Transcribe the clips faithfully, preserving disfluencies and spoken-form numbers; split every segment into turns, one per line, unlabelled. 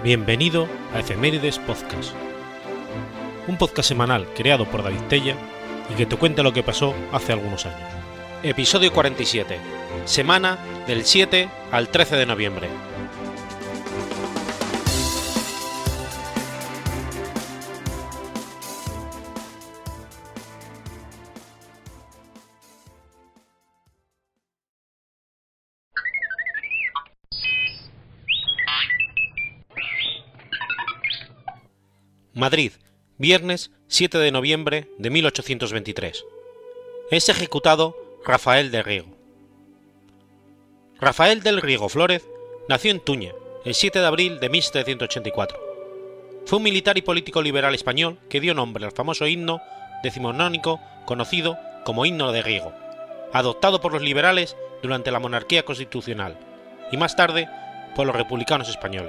Bienvenido a Efemérides Podcast, un podcast semanal creado por David Tella y que te cuenta lo que pasó hace algunos años. Episodio cuarenta y siete, semana del siete al trece de noviembre. Madrid, viernes siete de noviembre de mil ochocientos veintitrés. Es ejecutado Rafael del Riego. Rafael del Riego Flórez nació en Tuña el siete de abril de mil setecientos ochenta y cuatro. Fue un militar y político liberal español que dio nombre al famoso himno decimonónico conocido como Himno de Riego, adoptado por los liberales durante la monarquía constitucional y más tarde por los republicanos españoles.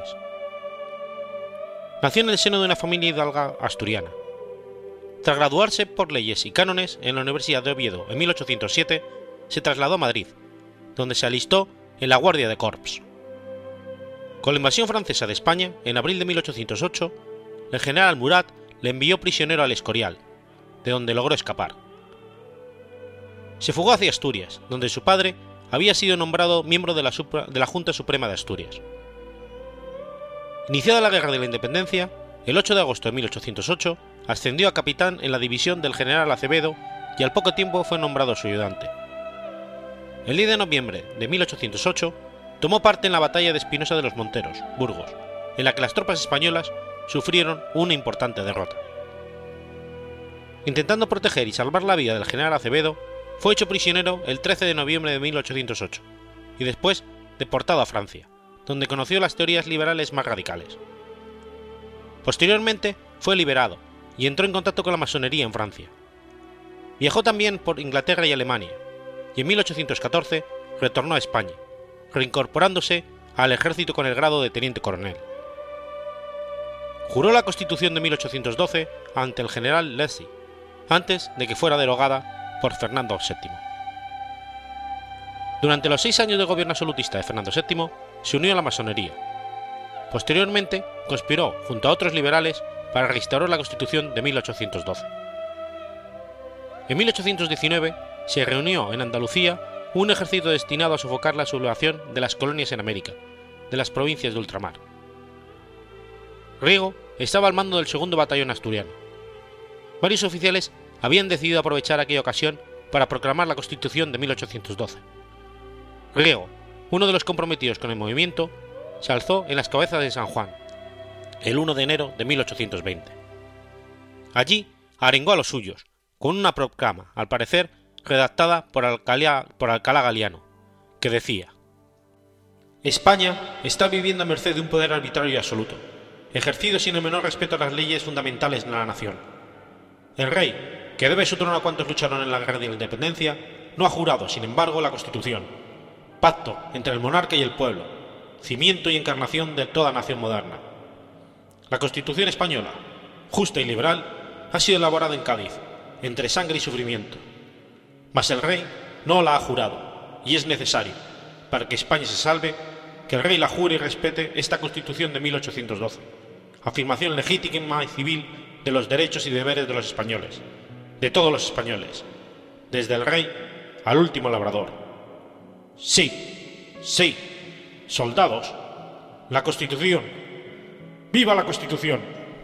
Nació en el seno de una familia hidalga asturiana. Tras graduarse por leyes y cánones en la Universidad de Oviedo en mil ochocientos siete, se trasladó a Madrid, donde se alistó en la Guardia de Corps. Con la invasión francesa de España, en abril de mil ochocientos ocho, el general Murat le envió prisionero al Escorial, de donde logró escapar. Se fugó hacia Asturias, donde su padre había sido nombrado miembro de la, Supra, de la Junta Suprema de Asturias. Iniciada la Guerra de la Independencia, el ocho de agosto de mil ochocientos ocho ascendió a capitán en la división del general Acevedo y al poco tiempo fue nombrado su ayudante. El diez de noviembre de mil ochocientos ocho tomó parte en la batalla de Espinosa de los Monteros, Burgos, en la que las tropas españolas sufrieron una importante derrota. Intentando proteger y salvar la vida del general Acevedo, fue hecho prisionero el trece de noviembre de mil ochocientos ocho y después deportado a Francia, donde conoció las teorías liberales más radicales. Posteriormente fue liberado y entró en contacto con la masonería en Francia. Viajó también por Inglaterra y Alemania, y en mil ochocientos catorce retornó a España, reincorporándose al ejército con el grado de teniente coronel. Juró la Constitución de mil ochocientos doce ante el general Lacy, antes de que fuera derogada por Fernando séptimo. Durante los seis años de gobierno absolutista de Fernando séptimo, se unió a la masonería. Posteriormente, conspiró junto a otros liberales para restaurar la Constitución de mil ochocientos doce. En mil ochocientos diecinueve se reunió en Andalucía un ejército destinado a sofocar la sublevación de las colonias en América, de las provincias de ultramar. Riego estaba al mando del segundo batallón asturiano. Varios oficiales habían decidido aprovechar aquella ocasión para proclamar la Constitución de mil ochocientos doce. Riego, uno de los comprometidos con el movimiento, se alzó en las cabezas de San Juan, el uno de enero de mil ochocientos veinte. Allí arengó a los suyos, con una proclama, al parecer redactada por Alcalá, por Alcalá Galiano, que decía: España está viviendo a merced de un poder arbitrario y absoluto, ejercido sin el menor respeto a las leyes fundamentales de la nación. El rey, que debe su trono a cuantos lucharon en la guerra de la independencia, no ha jurado, sin embargo, la Constitución, pacto entre el monarca y el pueblo, cimiento y encarnación de toda nación moderna. La Constitución española, justa y liberal, ha sido elaborada en Cádiz, entre sangre y sufrimiento. Mas el rey no la ha jurado, y es necesario, para que España se salve, que el rey la jure y respete esta Constitución de mil ochocientos doce, afirmación legítima y civil de los derechos y deberes de los españoles, de todos los españoles, desde el rey al último labrador. Sí, sí, soldados, la Constitución. ¡Viva la Constitución!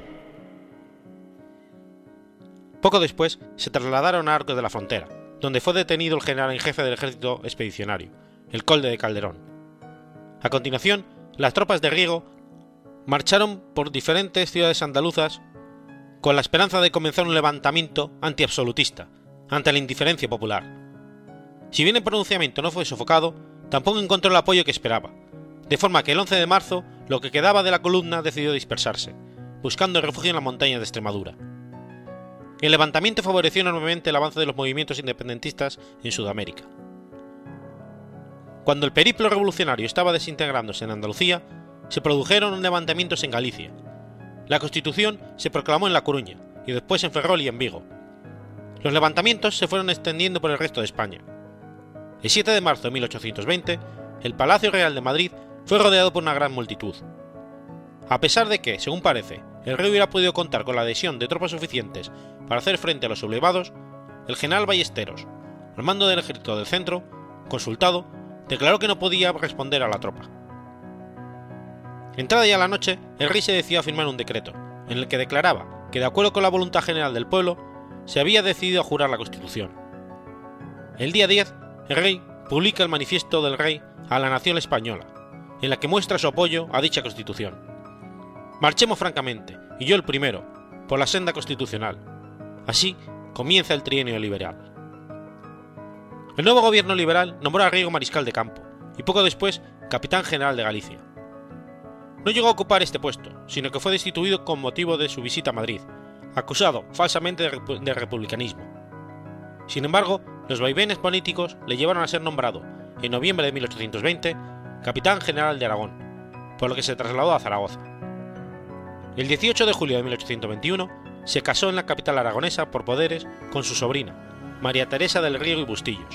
Poco después se trasladaron a Arcos de la Frontera, donde fue detenido el general en jefe del ejército expedicionario, el conde de Calderón. A continuación, las tropas de Riego marcharon por diferentes ciudades andaluzas con la esperanza de comenzar un levantamiento antiabsolutista ante la indiferencia popular. Si bien el pronunciamiento no fue sofocado, tampoco encontró el apoyo que esperaba, de forma que el once de marzo lo que quedaba de la columna decidió dispersarse, buscando refugio en las montañas de Extremadura. El levantamiento favoreció enormemente el avance de los movimientos independentistas en Sudamérica. Cuando el periplo revolucionario estaba desintegrándose en Andalucía, se produjeron levantamientos en Galicia. La Constitución se proclamó en La Coruña y después en Ferrol y en Vigo. Los levantamientos se fueron extendiendo por el resto de España. El siete de marzo de mil ochocientos veinte, el Palacio Real de Madrid fue rodeado por una gran multitud. A pesar de que, según parece, el rey hubiera podido contar con la adhesión de tropas suficientes para hacer frente a los sublevados, el general Ballesteros, al mando del ejército del centro, consultado, declaró que no podía responder a la tropa. Entrada ya la noche, el rey se decidió a firmar un decreto, en el que declaraba que, de acuerdo con la voluntad general del pueblo, se había decidido a jurar la Constitución. El día diez, el rey publica el manifiesto del rey a la nación española, en la que muestra su apoyo a dicha Constitución. Marchemos francamente, y yo el primero, por la senda constitucional. Así comienza el trienio liberal. El nuevo gobierno liberal nombró a Riego mariscal de campo, y poco después capitán general de Galicia. No llegó a ocupar este puesto, sino que fue destituido con motivo de su visita a Madrid, acusado falsamente de, repu de republicanismo. Sin embargo, los vaivenes políticos le llevaron a ser nombrado, en noviembre de mil ochocientos veinte, capitán general de Aragón, por lo que se trasladó a Zaragoza. El dieciocho de julio de mil ochocientos veintiuno se casó en la capital aragonesa por poderes con su sobrina, María Teresa del Riego y Bustillos.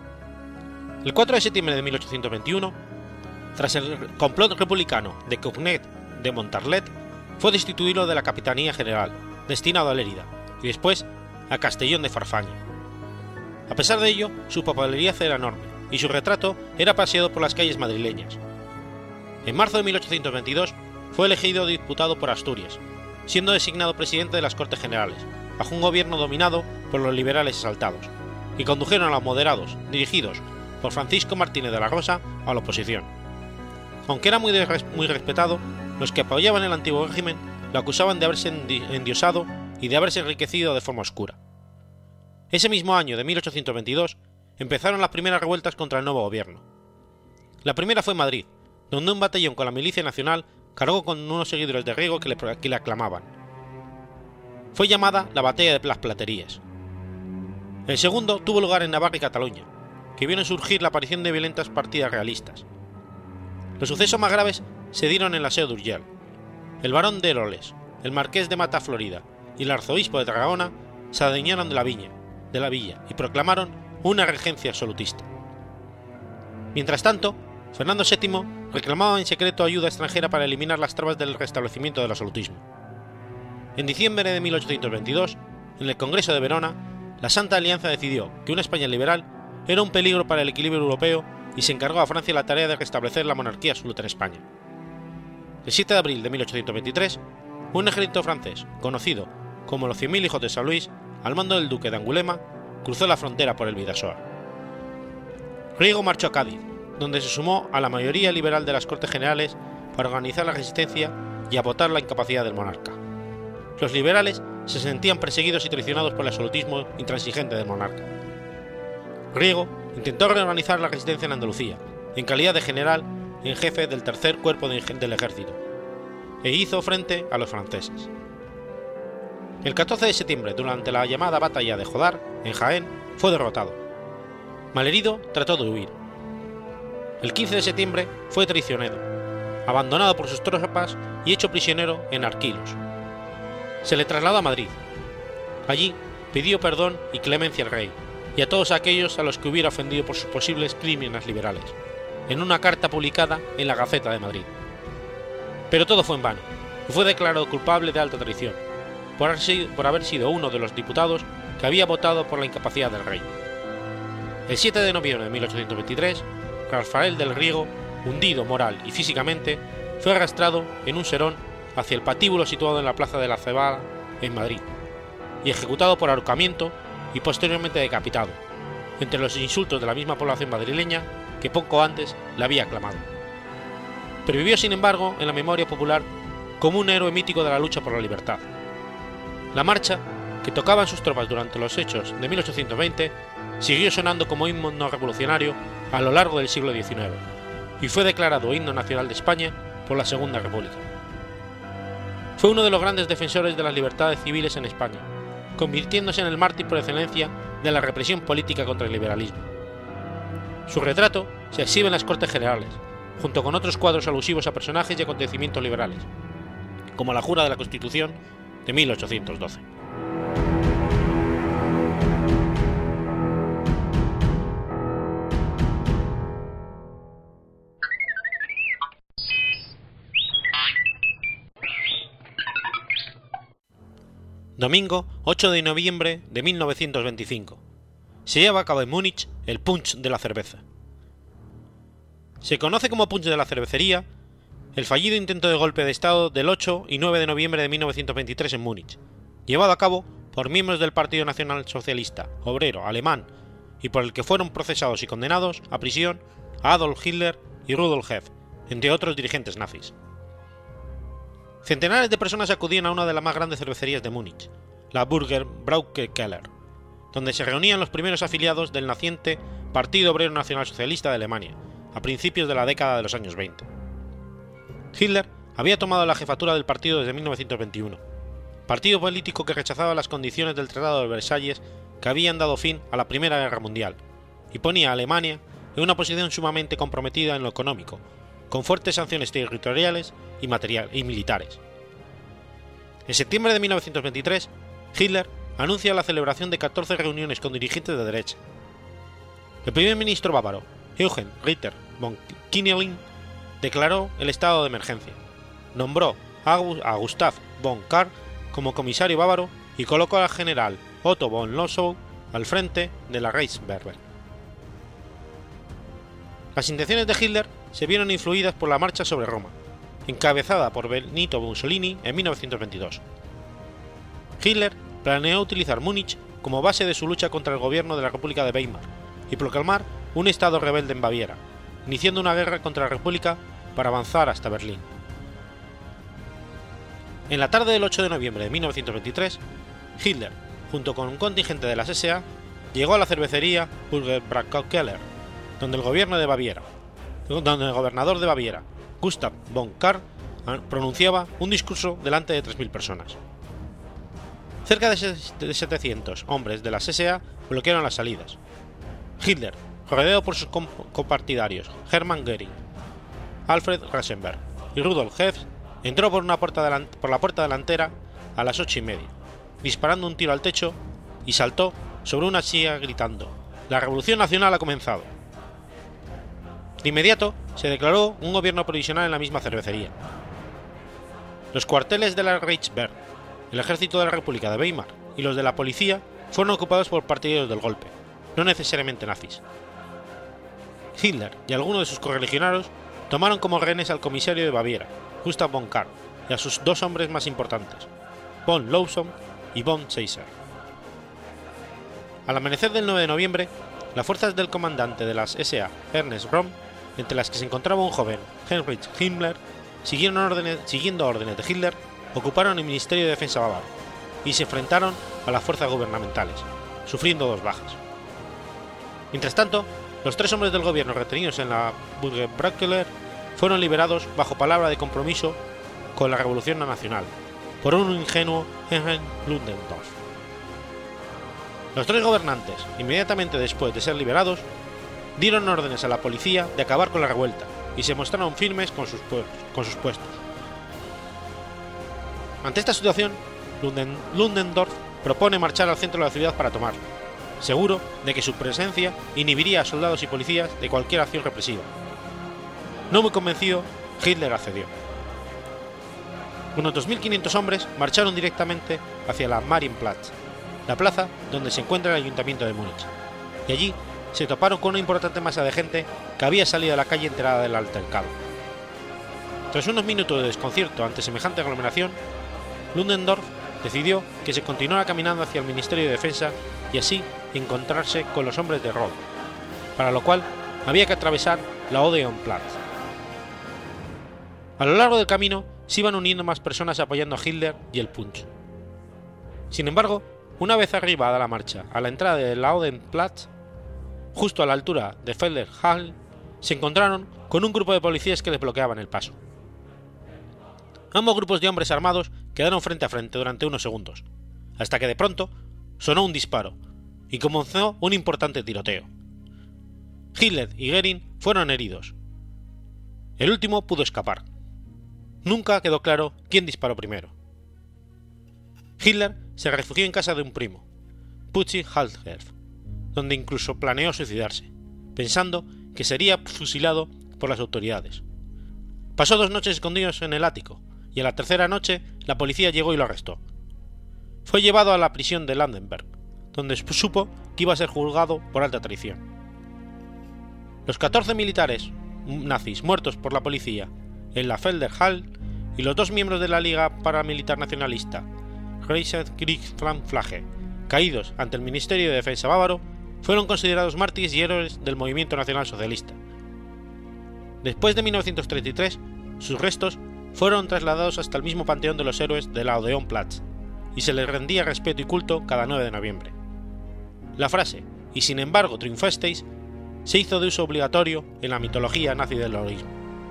El cuatro de septiembre de mil ochocientos veintiuno, tras el complot republicano de Cugnet de Montarlet, fue destituido de la capitanía general, destinado a Lérida, y después a Castellón de Farfanya. A pesar de ello, su popularidad era enorme, y su retrato era paseado por las calles madrileñas. En marzo de mil ochocientos veintidós fue elegido diputado por Asturias, siendo designado presidente de las Cortes Generales, bajo un gobierno dominado por los liberales exaltados, y condujeron a los moderados, dirigidos por Francisco Martínez de la Rosa, a la oposición. Aunque era muy, muy respetado, los que apoyaban el antiguo régimen lo acusaban de haberse endiosado y de haberse enriquecido de forma oscura. Ese mismo año de mil ochocientos veintidós empezaron las primeras revueltas contra el nuevo gobierno. La primera fue en Madrid, donde un batallón con la Milicia Nacional cargó con unos seguidores de Riego que le, que le aclamaban. Fue llamada la Batalla de las Platerías. El segundo tuvo lugar en Navarra y Cataluña, que vieron surgir la aparición de violentas partidas realistas. Los sucesos más graves se dieron en la Seu d'Urgell. El barón de Eroles, el marqués de Mata Florida y el arzobispo de Tarragona se adueñaron de la viña, de la villa y proclamaron una regencia absolutista. Mientras tanto, Fernando séptimo reclamaba en secreto ayuda extranjera para eliminar las trabas del restablecimiento del absolutismo. En diciembre de mil ochocientos veintidós, en el Congreso de Verona, la Santa Alianza decidió que una España liberal era un peligro para el equilibrio europeo y se encargó a Francia la tarea de restablecer la monarquía absoluta en España. El siete de abril de mil ochocientos veintitrés, un ejército francés, conocido como los cien mil hijos de San Luis, al mando del duque de Angulema, cruzó la frontera por el Bidasoa. Riego marchó a Cádiz, donde se sumó a la mayoría liberal de las Cortes Generales para organizar la resistencia y a votar la incapacidad del monarca. Los liberales se sentían perseguidos y traicionados por el absolutismo intransigente del monarca. Riego intentó reorganizar la resistencia en Andalucía, en calidad de general en jefe del tercer cuerpo de, del ejército, e hizo frente a los franceses. El catorce de septiembre, durante la llamada batalla de Jodar, en Jaén, fue derrotado. Malherido, trató de huir. El quince de septiembre fue traicionado, abandonado por sus tropas y hecho prisionero en Arquilos. Se le trasladó a Madrid. Allí pidió perdón y clemencia al rey y a todos aquellos a los que hubiera ofendido por sus posibles crímenes liberales, en una carta publicada en la Gaceta de Madrid. Pero todo fue en vano, y fue declarado culpable de alta traición, por haber sido, por haber sido uno de los diputados que había votado por la incapacidad del rey. El siete de noviembre de mil ochocientos veintitrés, Rafael del Riego, hundido moral y físicamente, fue arrastrado en un serón hacia el patíbulo situado en la Plaza de la Cebada, en Madrid, y ejecutado por ahorcamiento y posteriormente decapitado, entre los insultos de la misma población madrileña que poco antes le había aclamado. Pervivió, sin embargo, en la memoria popular como un héroe mítico de la lucha por la libertad. La marcha, que tocaban sus tropas durante los hechos de mil ochocientos veinte, siguió sonando como himno revolucionario a lo largo del siglo diecinueve, y fue declarado himno nacional de España por la Segunda República. Fue uno de los grandes defensores de las libertades civiles en España, convirtiéndose en el mártir por excelencia de la represión política contra el liberalismo. Su retrato se exhibe en las Cortes Generales, junto con otros cuadros alusivos a personajes y acontecimientos liberales, como la jura de la Constitución de mil ochocientos doce. Domingo ocho de noviembre de mil novecientos veinticinco. Se lleva a cabo en Múnich el Punch de la cerveza. Se conoce como Punch de la cervecería el fallido intento de golpe de Estado del ocho y nueve de noviembre de mil novecientos veintitrés en Múnich, llevado a cabo por miembros del Partido Nacional Socialista Obrero Alemán y por el que fueron procesados y condenados a prisión a Adolf Hitler y Rudolf Hess, entre otros dirigentes nazis. Centenares de personas acudían a una de las más grandes cervecerías de Múnich, la Burger Braukekeller, donde se reunían los primeros afiliados del naciente Partido Obrero Nacional Socialista de Alemania, a principios de la década de los años veinte. Hitler había tomado la jefatura del partido desde mil novecientos veintiuno, partido político que rechazaba las condiciones del Tratado de Versalles que habían dado fin a la Primera Guerra Mundial, y ponía a Alemania en una posición sumamente comprometida en lo económico, con fuertes sanciones territoriales y, material, y militares. En septiembre de mil novecientos veintitrés, Hitler anuncia la celebración de catorce reuniones con dirigentes de derecha. El primer ministro bávaro, Eugen Ritter von Kienling, declaró el estado de emergencia, nombró a Gustav von Kahr como comisario bávaro y colocó al general Otto von Lossow al frente de la Reichswehr. Las intenciones de Hitler se vieron influidas por la Marcha sobre Roma, encabezada por Benito Mussolini en mil novecientos veintidós. Hitler planeó utilizar Múnich como base de su lucha contra el gobierno de la República de Weimar y proclamar un estado rebelde en Baviera, iniciando una guerra contra la República para avanzar hasta Berlín. En la tarde del ocho de noviembre de mil novecientos veintitrés, Hitler, junto con un contingente de las ese a, llegó a la cervecería Burger Braukekeller, donde el gobierno de Baviera, donde el gobernador de Baviera, Gustav von Kahr, pronunciaba un discurso delante de tres mil personas. Cerca de setecientos hombres de las ese a bloquearon las salidas. Hitler, rodeado por sus copartidarios Hermann Göring, Alfred Rosenberg y Rudolf Hess, entró por, una puerta delant- por la puerta delantera a las ocho y media, disparando un tiro al techo, y saltó sobre una silla gritando: «La Revolución Nacional ha comenzado». De inmediato se declaró un gobierno provisional en la misma cervecería. Los cuarteles de la Reichswehr, el ejército de la República de Weimar y los de la policía fueron ocupados por partidarios del golpe, no necesariamente nazis. Hitler y algunos de sus correligionarios tomaron como rehenes al comisario de Baviera, Gustav von Kahr, y a sus dos hombres más importantes, von Lossow y von Seisser. Al amanecer del nueve de noviembre, las fuerzas del comandante de las ese a, Ernst Röhm, entre las que se encontraba un joven, Heinrich Himmler, siguieron órdenes, siguiendo órdenes de Hitler, ocuparon el Ministerio de Defensa bávaro y se enfrentaron a las fuerzas gubernamentales, sufriendo dos bajas. Mientras tanto, los tres hombres del gobierno retenidos en la Burger Braukekeller fueron liberados bajo palabra de compromiso con la Revolución Nacional por un ingenuo Henry Ludendorff. Los tres gobernantes, inmediatamente después de ser liberados, dieron órdenes a la policía de acabar con la revuelta y se mostraron firmes con sus, con sus puestos. Ante esta situación, Ludendorff propone marchar al centro de la ciudad para tomarla, seguro de que su presencia inhibiría a soldados y policías de cualquier acción represiva. No muy convencido, Hitler accedió. Unos dos mil quinientos hombres marcharon directamente hacia la Marienplatz, la plaza donde se encuentra el ayuntamiento de Múnich, y allí se toparon con una importante masa de gente que había salido a la calle enterada del altercado. Tras unos minutos de desconcierto ante semejante aglomeración, Ludendorff decidió que se continuara caminando hacia el Ministerio de Defensa y así encontrarse con los hombres de Roth, para lo cual había que atravesar la Odeonplatz. A lo largo del camino se iban uniendo más personas apoyando a Hitler y el Punch. Sin embargo, una vez arribada la marcha a la entrada de la Odeonplatz, justo a la altura de Felderhall, se encontraron con un grupo de policías que les bloqueaban el paso. Ambos grupos de hombres armados quedaron frente a frente durante unos segundos, hasta que de pronto sonó un disparo y comenzó un importante tiroteo. Hitler y Göring fueron heridos. El último pudo escapar. Nunca quedó claro quién disparó primero. Hitler se refugió en casa de un primo, Pucci Halsherr, donde incluso planeó suicidarse, pensando que sería fusilado por las autoridades. Pasó dos noches escondidos en el ático, y a la tercera noche la policía llegó y lo arrestó. fue llevado a la prisión de Landenberg, donde supo que iba a ser juzgado por alta traición. Los catorce militares nazis muertos por la policía en la Felderhall y los dos miembros de la Liga Paramilitar Nacionalista, Reichskriegsflagge, caídos ante el Ministerio de Defensa bávaro, fueron considerados mártires y héroes del movimiento nacional socialista. Después de mil novecientos treinta y tres, sus restos fueron trasladados hasta el mismo panteón de los héroes de la Odeonplatz, y se les rendía respeto y culto cada nueve de noviembre. La frase «y sin embargo triunfasteis» se hizo de uso obligatorio en la mitología nazi del heroísmo.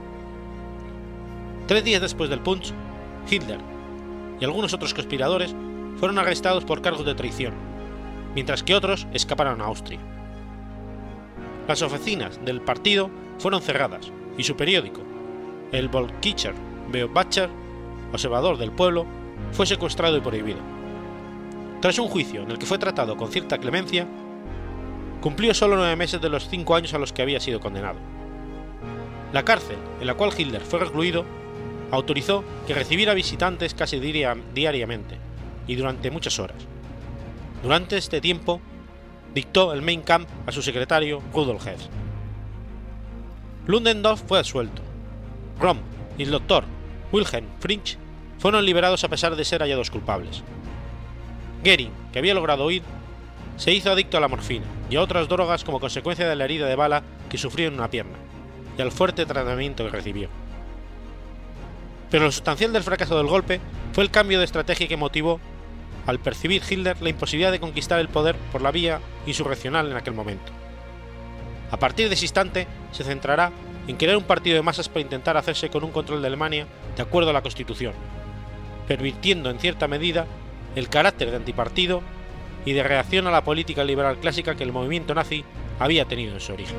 Tres días después del Punch, Hitler y algunos otros conspiradores fueron arrestados por cargos de traición, mientras que otros escaparon a Austria. Las oficinas del partido fueron cerradas y su periódico, el Volkischer Beobacher, Observador del Pueblo, fue secuestrado y prohibido. Tras un juicio en el que fue tratado con cierta clemencia, cumplió solo nueve meses de los cinco años a los que había sido condenado. La cárcel en la cual Hitler fue recluido autorizó que recibiera visitantes casi diariamente y durante muchas horas. Durante este tiempo, dictó el Mein Kampf a su secretario Rudolf Hess. Ludendorff fue absuelto. Rom y el doctor Wilhelm Fritzsch fueron liberados a pesar de ser hallados culpables. Goering, que había logrado huir, se hizo adicto a la morfina y a otras drogas como consecuencia de la herida de bala que sufrió en una pierna y al fuerte tratamiento que recibió. Pero lo sustancial del fracaso del golpe fue el cambio de estrategia que motivó al percibir Hitler la imposibilidad de conquistar el poder por la vía insurreccional en aquel momento. A partir de ese instante se centrará en crear un partido de masas para intentar hacerse con un control de Alemania de acuerdo a la Constitución, pervirtiendo en cierta medida el carácter de antipartido y de reacción a la política liberal clásica que el movimiento nazi había tenido en su origen.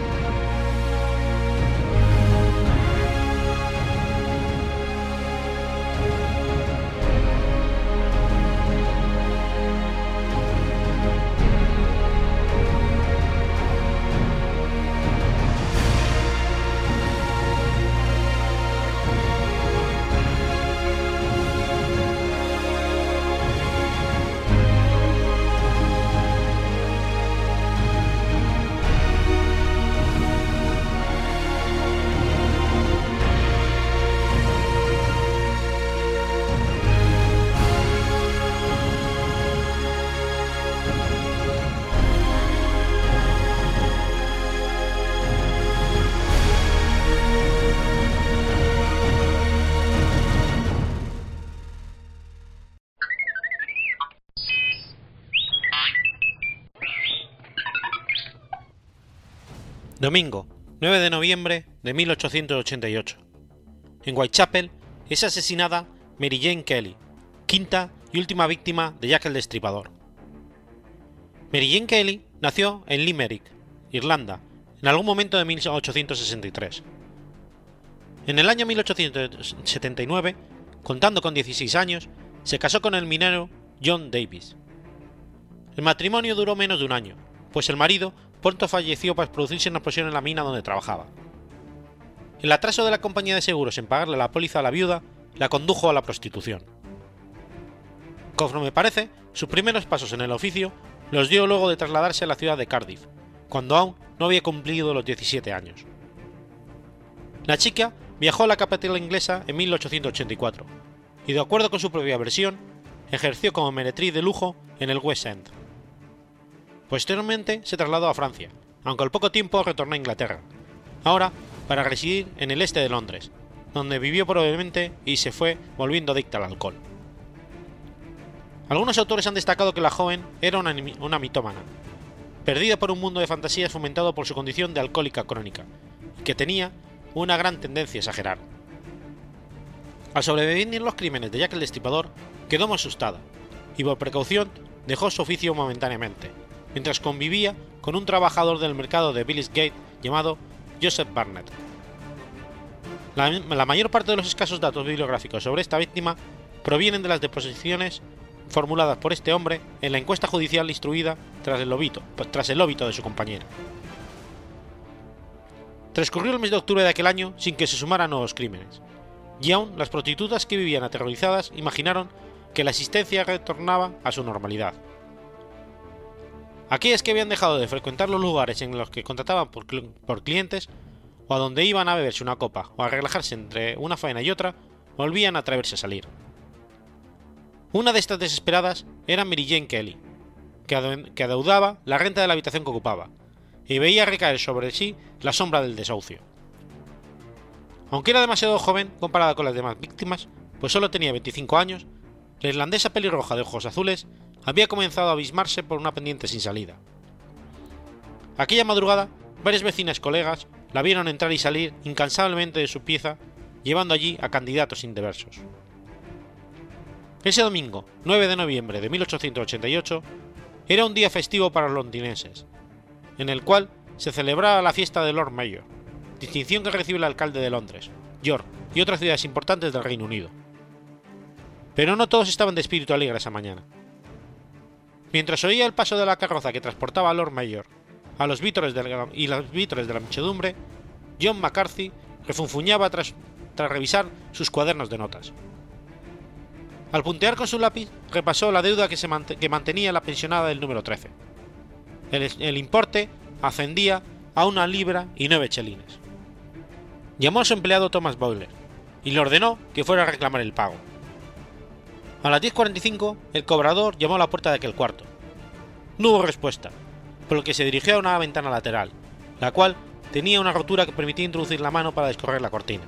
Domingo, nueve de noviembre de mil ochocientos ochenta y ocho. En Whitechapel es asesinada Mary Jane Kelly, quinta y última víctima de Jack el Destripador. Mary Jane Kelly nació en Limerick, Irlanda, en algún momento de mil ochocientos sesenta y tres. En el año mil ochocientos setenta y nueve, contando con dieciséis años, se casó con el minero John Davis. El matrimonio duró menos de un año, pues el marido pronto falleció por producirse una explosión en la mina donde trabajaba. El atraso de la compañía de seguros en pagarle la póliza a la viuda la condujo a la prostitución. Conforme parece, sus primeros pasos en el oficio los dio luego de trasladarse a la ciudad de Cardiff, cuando aún no había cumplido los diecisiete años. La chica viajó a la capital inglesa en mil ochocientos ochenta y cuatro, y de acuerdo con su propia versión, ejerció como meretriz de lujo en el West End. Posteriormente se trasladó a Francia, aunque al poco tiempo retornó a Inglaterra, ahora para residir en el este de Londres, donde vivió probablemente y se fue volviendo adicta al alcohol. Algunos autores han destacado que la joven era una, una mitómana, perdida por un mundo de fantasías fomentado por su condición de alcohólica crónica, y que tenía una gran tendencia a exagerar. Al sobrevivir en los crímenes de Jack el Destripador, quedó muy asustada, y por precaución dejó su oficio momentáneamente, mientras convivía con un trabajador del mercado de Billingsgate llamado Joseph Barnett. La, la mayor parte de los escasos datos bibliográficos sobre esta víctima provienen de las deposiciones formuladas por este hombre en la encuesta judicial instruida tras el óbito, tras el óbito de su compañera. Transcurrió el mes de octubre de aquel año sin que se sumaran nuevos crímenes, y aún las prostitutas que vivían aterrorizadas imaginaron que la asistencia retornaba a su normalidad. Aquellas que habían dejado de frecuentar los lugares en los que contrataban por, cl- por clientes, o a donde iban a beberse una copa o a relajarse entre una faena y otra, volvían a atreverse a salir. Una de estas desesperadas era Mary Jane Kelly, que, ade- que adeudaba la renta de la habitación que ocupaba, y veía recaer sobre sí la sombra del desahucio. Aunque era demasiado joven comparada con las demás víctimas, pues solo tenía veinticinco años, la irlandesa pelirroja de ojos azules había comenzado a abismarse por una pendiente sin salida. Aquella madrugada, varias vecinas colegas la vieron entrar y salir incansablemente de su pieza, llevando allí a candidatos indecisos. Ese domingo, nueve de noviembre de mil ochocientos ochenta y ocho, era un día festivo para los londinenses, en el cual se celebraba la fiesta de Lord Mayor, distinción que recibe el alcalde de Londres, York y otras ciudades importantes del Reino Unido. Pero no todos estaban de espíritu alegre esa mañana. Mientras oía el paso de la carroza que transportaba a Lord Mayor a los vítores de la, y los vítores de la muchedumbre, John McCarthy refunfuñaba tras, tras revisar sus cuadernos de notas. Al puntear con su lápiz, repasó la deuda que, se mant que mantenía la pensionada del número trece. El, el importe ascendía a una libra y nueve chelines. Llamó a su empleado Thomas Boiler y le ordenó que fuera a reclamar el pago. A las diez cuarenta y cinco, el cobrador llamó a la puerta de aquel cuarto. No hubo respuesta, por lo que se dirigió a una ventana lateral, la cual tenía una rotura que permitía introducir la mano para descorrer la cortina.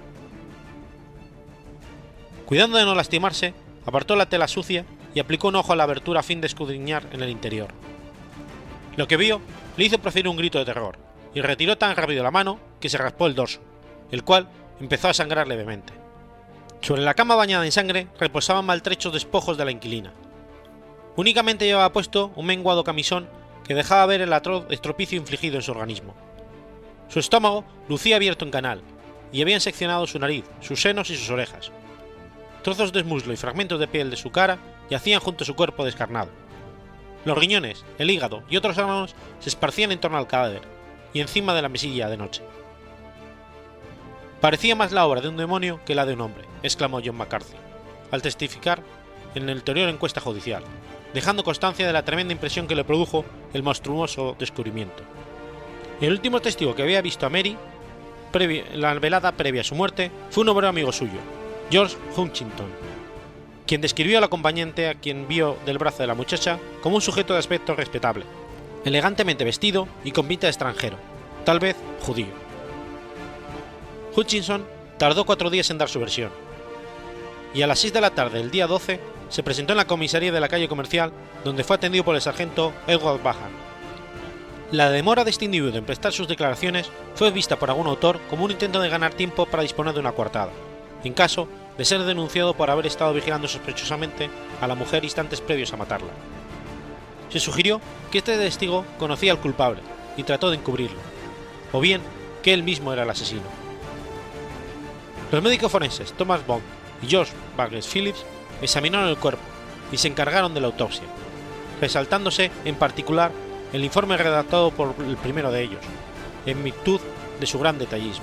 Cuidando de no lastimarse, apartó la tela sucia y aplicó un ojo a la abertura a fin de escudriñar en el interior. Lo que vio le hizo proferir un grito de terror, y retiró tan rápido la mano que se raspó el dorso, el cual empezó a sangrar levemente. Sobre la cama bañada en sangre reposaban maltrechos despojos de la inquilina. Únicamente llevaba puesto un menguado camisón que dejaba ver el atroz estropicio infligido en su organismo. Su estómago lucía abierto en canal, y habían seccionado su nariz, sus senos y sus orejas. Trozos de muslo y fragmentos de piel de su cara yacían junto a su cuerpo descarnado. Los riñones, el hígado y otros órganos se esparcían en torno al cadáver y encima de la mesilla de noche. Parecía más la obra de un demonio que la de un hombre, exclamó John McCarthy, al testificar en la anterior encuesta judicial, dejando constancia de la tremenda impresión que le produjo el monstruoso descubrimiento. El último testigo que había visto a Mary, la velada previa a su muerte, fue un obrero amigo suyo, George Huntington, quien describió al acompañante a quien vio del brazo de la muchacha como un sujeto de aspecto respetable, elegantemente vestido y con pinta de extranjero, tal vez judío. Hutchinson tardó cuatro días en dar su versión, y a las seis de la tarde del día doce se presentó en la comisaría de la calle Comercial, donde fue atendido por el sargento Edward Bahan. La demora de este individuo en prestar sus declaraciones fue vista por algún autor como un intento de ganar tiempo para disponer de una coartada, en caso de ser denunciado por haber estado vigilando sospechosamente a la mujer instantes previos a matarla. Se sugirió que este testigo conocía al culpable y trató de encubrirlo, o bien que él mismo era el asesino. Los médicos forenses Thomas Bond y George Burgess Phillips examinaron el cuerpo y se encargaron de la autopsia, resaltándose en particular el informe redactado por el primero de ellos, en virtud de su gran detallismo.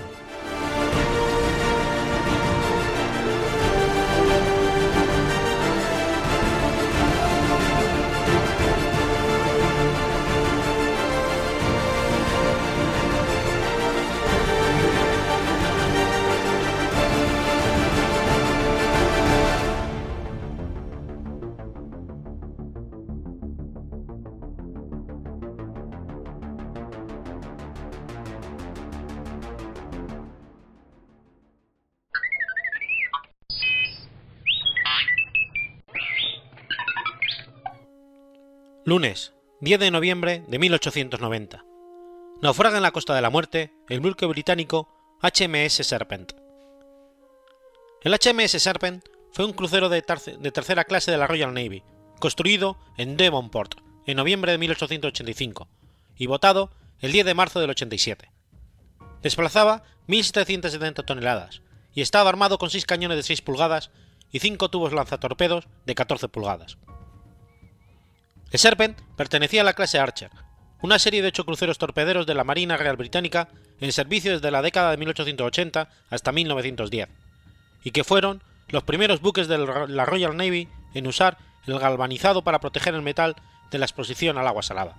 Lunes, diez de noviembre de mil ochocientos noventa. Naufraga en la Costa de la Muerte el buque británico H M S Serpent. El H M S Serpent fue un crucero de, de tercera clase de la Royal Navy, construido en Devonport en noviembre de mil ochocientos ochenta y cinco y botado el diez de marzo del ochenta y siete. Desplazaba mil setecientas setenta toneladas y estaba armado con seis cañones de seis pulgadas y cinco tubos lanzatorpedos de catorce pulgadas. El Serpent pertenecía a la clase Archer, una serie de ocho cruceros torpederos de la Marina Real Británica en servicio desde la década de mil ochocientos ochenta hasta mil novecientos diez, y que fueron los primeros buques de la Royal Navy en usar el galvanizado para proteger el metal de la exposición al agua salada.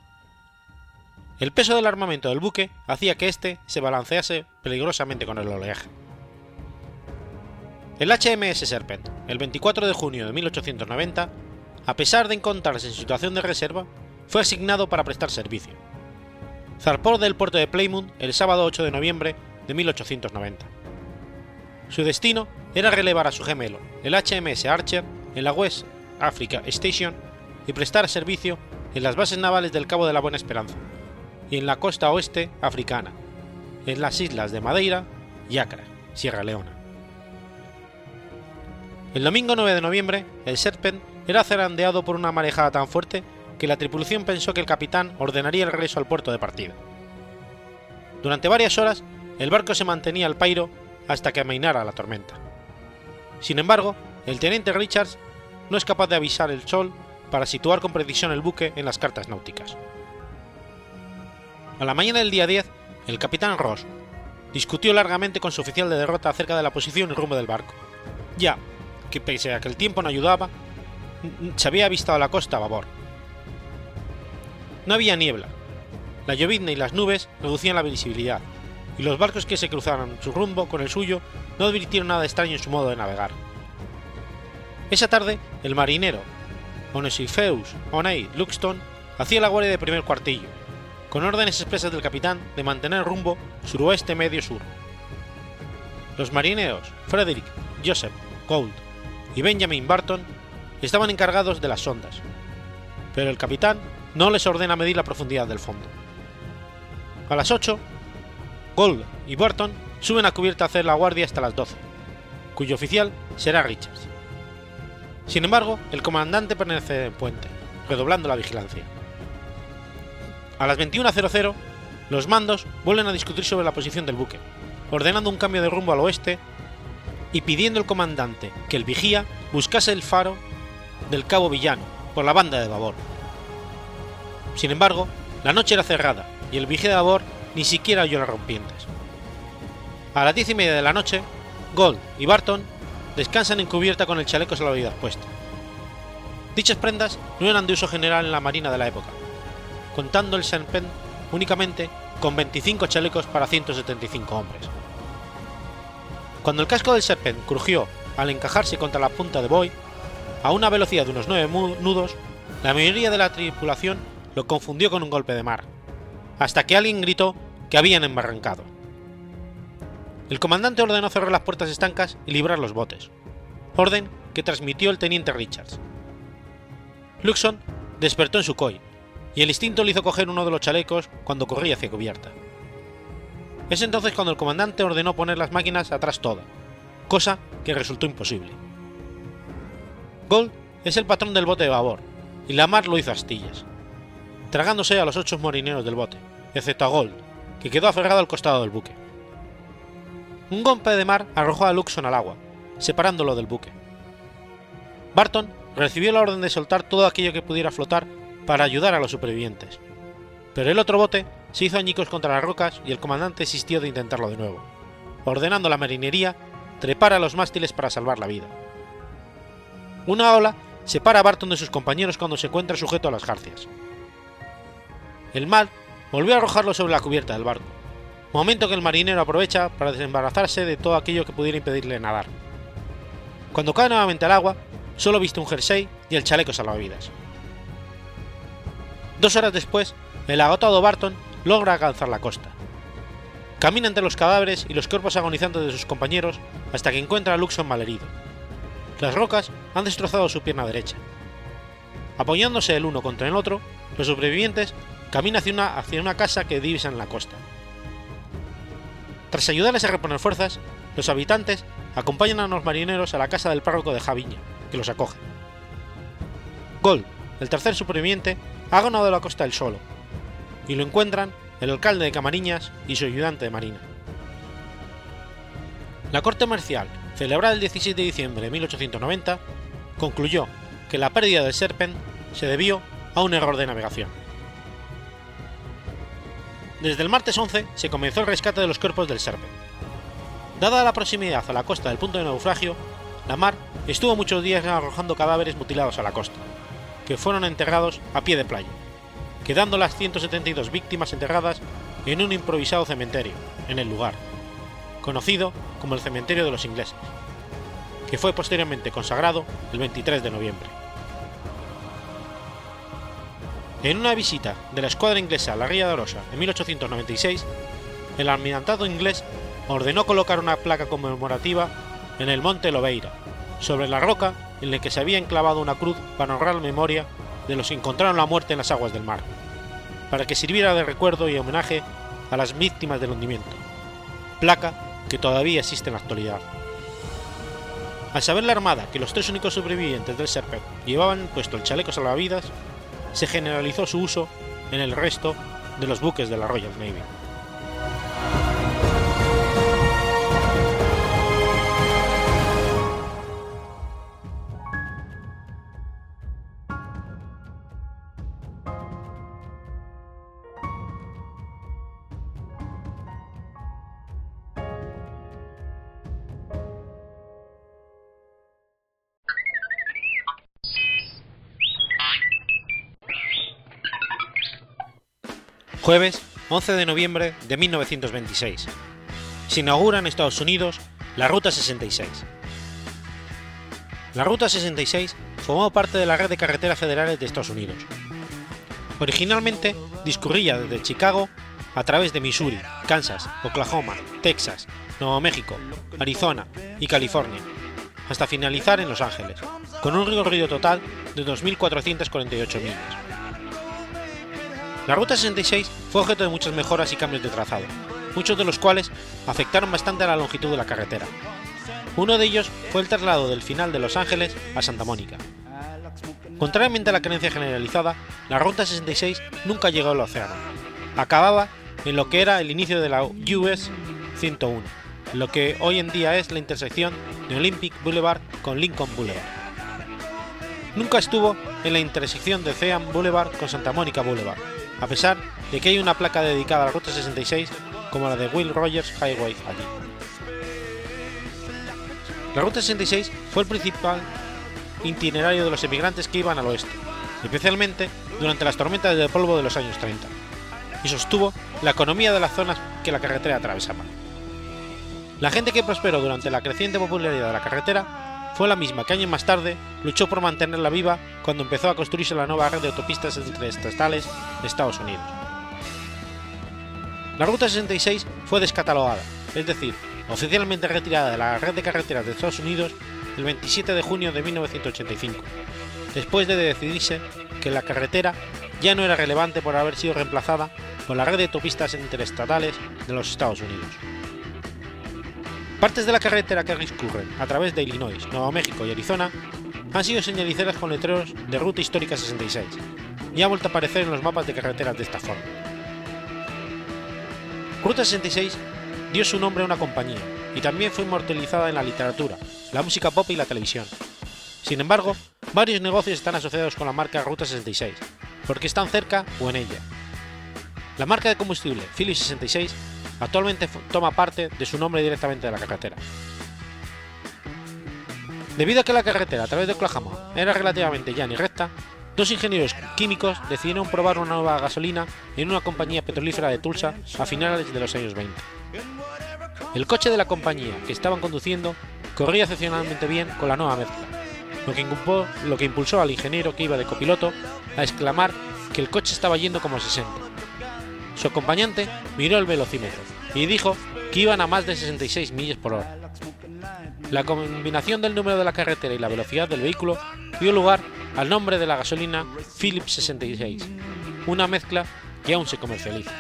El peso del armamento del buque hacía que éste se balancease peligrosamente con el oleaje. El H M S Serpent, el veinticuatro de junio de mil ochocientos noventa, a pesar de encontrarse en situación de reserva, fue asignado para prestar servicio. Zarpó del puerto de Plymouth el sábado ocho de noviembre de mil ochocientos noventa. Su destino era relevar a su gemelo, el H M S Archer, en la West Africa Station y prestar servicio en las bases navales del Cabo de la Buena Esperanza y en la costa oeste africana, en las islas de Madeira y Accra, Sierra Leona. El domingo nueve de noviembre, el Serpent era zarandeado por una marejada tan fuerte que la tripulación pensó que el capitán ordenaría el regreso al puerto de partida. Durante varias horas, el barco se mantenía al pairo hasta que amainara la tormenta. Sin embargo, el teniente Richards no es capaz de avisar el sol para situar con precisión el buque en las cartas náuticas. A la mañana del día diez, el capitán Ross discutió largamente con su oficial de derrota acerca de la posición y rumbo del barco, ya que pese a que el tiempo no ayudaba, se había avistado la costa a babor. No había niebla, la llovizna y las nubes reducían la visibilidad, y los barcos que se cruzaron su rumbo con el suyo no advirtieron nada extraño en su modo de navegar. Esa tarde, el marinero Onesiphorus O'Neill Luxton hacía la guardia de primer cuartillo, con órdenes expresas del capitán de mantener rumbo suroeste medio sur. Los marineros Frederick Joseph Gould y Benjamin Barton estaban encargados de las sondas, pero el capitán no les ordena medir la profundidad del fondo. A las ocho, Gould y Barton suben a cubierta a hacer la guardia hasta las doce, cuyo oficial será Richards. Sin embargo, el comandante permanece en puente, redoblando la vigilancia. A las veintiuna horas, los mandos vuelven a discutir sobre la posición del buque, ordenando un cambio de rumbo al oeste y pidiendo al comandante que el vigía buscase el faro del Cabo Villano por la banda de babor. Sin embargo, la noche era cerrada y el vigía de babor ni siquiera oyó las rompientes. A las diez y media de la noche, Gould y Barton descansan en cubierta con el chaleco salvavidas puesto. Dichas prendas no eran de uso general en la marina de la época, contando el Serpent únicamente con veinticinco chalecos para ciento setenta y cinco hombres. Cuando el casco del Serpent crujió al encajarse contra la punta de buoy, a una velocidad de unos nueve nudos, la mayoría de la tripulación lo confundió con un golpe de mar, hasta que alguien gritó que habían embarrancado. El comandante ordenó cerrar las puertas estancas y librar los botes, orden que transmitió el teniente Richards. Luxon despertó en su coy, y el instinto le hizo coger uno de los chalecos cuando corría hacia cubierta. Es entonces cuando el comandante ordenó poner las máquinas atrás toda, cosa que resultó imposible. Gould es el patrón del bote de babor, y la mar lo hizo a astillas, tragándose a los ocho marineros del bote, excepto a Gould, que quedó aferrado al costado del buque. Un golpe de mar arrojó a Luxon al agua, separándolo del buque. Barton recibió la orden de soltar todo aquello que pudiera flotar para ayudar a los supervivientes, pero el otro bote se hizo añicos contra las rocas y el comandante insistió de intentarlo de nuevo, ordenando a la marinería trepar a los mástiles para salvar la vida. Una ola separa a Barton de sus compañeros cuando se encuentra sujeto a las jarcias. El mar volvió a arrojarlo sobre la cubierta del barco, momento que el marinero aprovecha para desembarazarse de todo aquello que pudiera impedirle nadar. Cuando cae nuevamente al agua, solo viste un jersey y el chaleco salvavidas. Dos horas después, el agotado Barton logra alcanzar la costa. Camina entre los cadáveres y los cuerpos agonizantes de sus compañeros hasta que encuentra a Luxon malherido. Las rocas han destrozado su pierna derecha. Apoyándose el uno contra el otro, los supervivientes caminan hacia una, hacia una casa que divisan en la costa. Tras ayudarles a reponer fuerzas, los habitantes acompañan a los marineros a la casa del párroco de Javiña, que los acoge. Gould, el tercer superviviente, ha ganado de la costa él solo, y lo encuentran el alcalde de Camariñas y su ayudante de marina. La corte marcial, celebrada el dieciséis de diciembre de mil ochocientos noventa, concluyó que la pérdida del Serpent se debió a un error de navegación. Desde el martes once se comenzó el rescate de los cuerpos del Serpent. Dada la proximidad a la costa del punto de naufragio, la mar estuvo muchos días arrojando cadáveres mutilados a la costa, que fueron enterrados a pie de playa, quedando las ciento setenta y dos víctimas enterradas en un improvisado cementerio en el lugar, conocido como el Cementerio de los Ingleses, que fue posteriormente consagrado el veintitrés de noviembre. En una visita de la escuadra inglesa a la Ría de Arosa en mil ochocientos noventa y seis, el almirantazgo inglés ordenó colocar una placa conmemorativa en el monte Lobeira, sobre la roca en la que se había enclavado una cruz para honrar la memoria de los que encontraron la muerte en las aguas del mar, para que sirviera de recuerdo y homenaje a las víctimas del hundimiento, placa que todavía existe en la actualidad. Al saber la Armada que los tres únicos sobrevivientes del Serpent llevaban puesto el chaleco salvavidas, se generalizó su uso en el resto de los buques de la Royal Navy. Jueves once de noviembre de mil novecientos veintiséis. Se inaugura en Estados Unidos la Ruta sesenta y seis. La Ruta sesenta y seis formó parte de la red de carreteras federales de Estados Unidos. Originalmente discurría desde Chicago a través de Missouri, Kansas, Oklahoma, Texas, Nuevo México, Arizona y California, hasta finalizar en Los Ángeles, con un recorrido total de dos mil cuatrocientas cuarenta y ocho millas. La Ruta sesenta y seis fue objeto de muchas mejoras y cambios de trazado, muchos de los cuales afectaron bastante a la longitud de la carretera. Uno de ellos fue el traslado del final de Los Ángeles a Santa Mónica. Contrariamente a la creencia generalizada, la Ruta sesenta y seis nunca llegó al océano. Acababa en lo que era el inicio de la U S ciento uno, lo que hoy en día es la intersección de Olympic Boulevard con Lincoln Boulevard. Nunca estuvo en la intersección de Thean Boulevard con Santa Mónica Boulevard, a pesar de que hay una placa dedicada a la Ruta sesenta y seis como la de Will Rogers Highway allí. La Ruta sesenta y seis fue el principal itinerario de los emigrantes que iban al oeste, especialmente durante las tormentas de polvo de los años treinta, y sostuvo la economía de las zonas que la carretera atravesaba. La gente que prosperó durante la creciente popularidad de la carretera fue la misma que años más tarde luchó por mantenerla viva cuando empezó a construirse la nueva red de autopistas interestatales de Estados Unidos. La Ruta sesenta y seis fue descatalogada, es decir, oficialmente retirada de la red de carreteras de Estados Unidos el veintisiete de junio de mil novecientos ochenta y cinco, después de decidirse que la carretera ya no era relevante por haber sido reemplazada por la red de autopistas interestatales de los Estados Unidos. Partes de la carretera que discurren a través de Illinois, Nuevo México y Arizona han sido señalizadas con letreros de Ruta Histórica sesenta y seis y ha vuelto a aparecer en los mapas de carreteras de esta forma. Ruta sesenta y seis dio su nombre a una compañía y también fue inmortalizada en la literatura, la música pop y la televisión. Sin embargo, varios negocios están asociados con la marca Ruta sesenta y seis, porque están cerca o en ella. La marca de combustible Phillips sesenta y seis actualmente toma parte de su nombre directamente de la carretera. Debido a que la carretera a través de Oklahoma era relativamente llana y recta, dos ingenieros químicos decidieron probar una nueva gasolina en una compañía petrolífera de Tulsa a finales de los años veinte. El coche de la compañía que estaban conduciendo corría excepcionalmente bien con la nueva mezcla, lo que, impulsó, lo que impulsó al ingeniero que iba de copiloto a exclamar que el coche estaba yendo como a sesenta. Su acompañante miró el velocímetro y dijo que iban a más de sesenta y seis millas por hora. La combinación del número de la carretera y la velocidad del vehículo dio lugar al nombre de la gasolina Phillips sesenta y seis, una mezcla que aún se comercializa.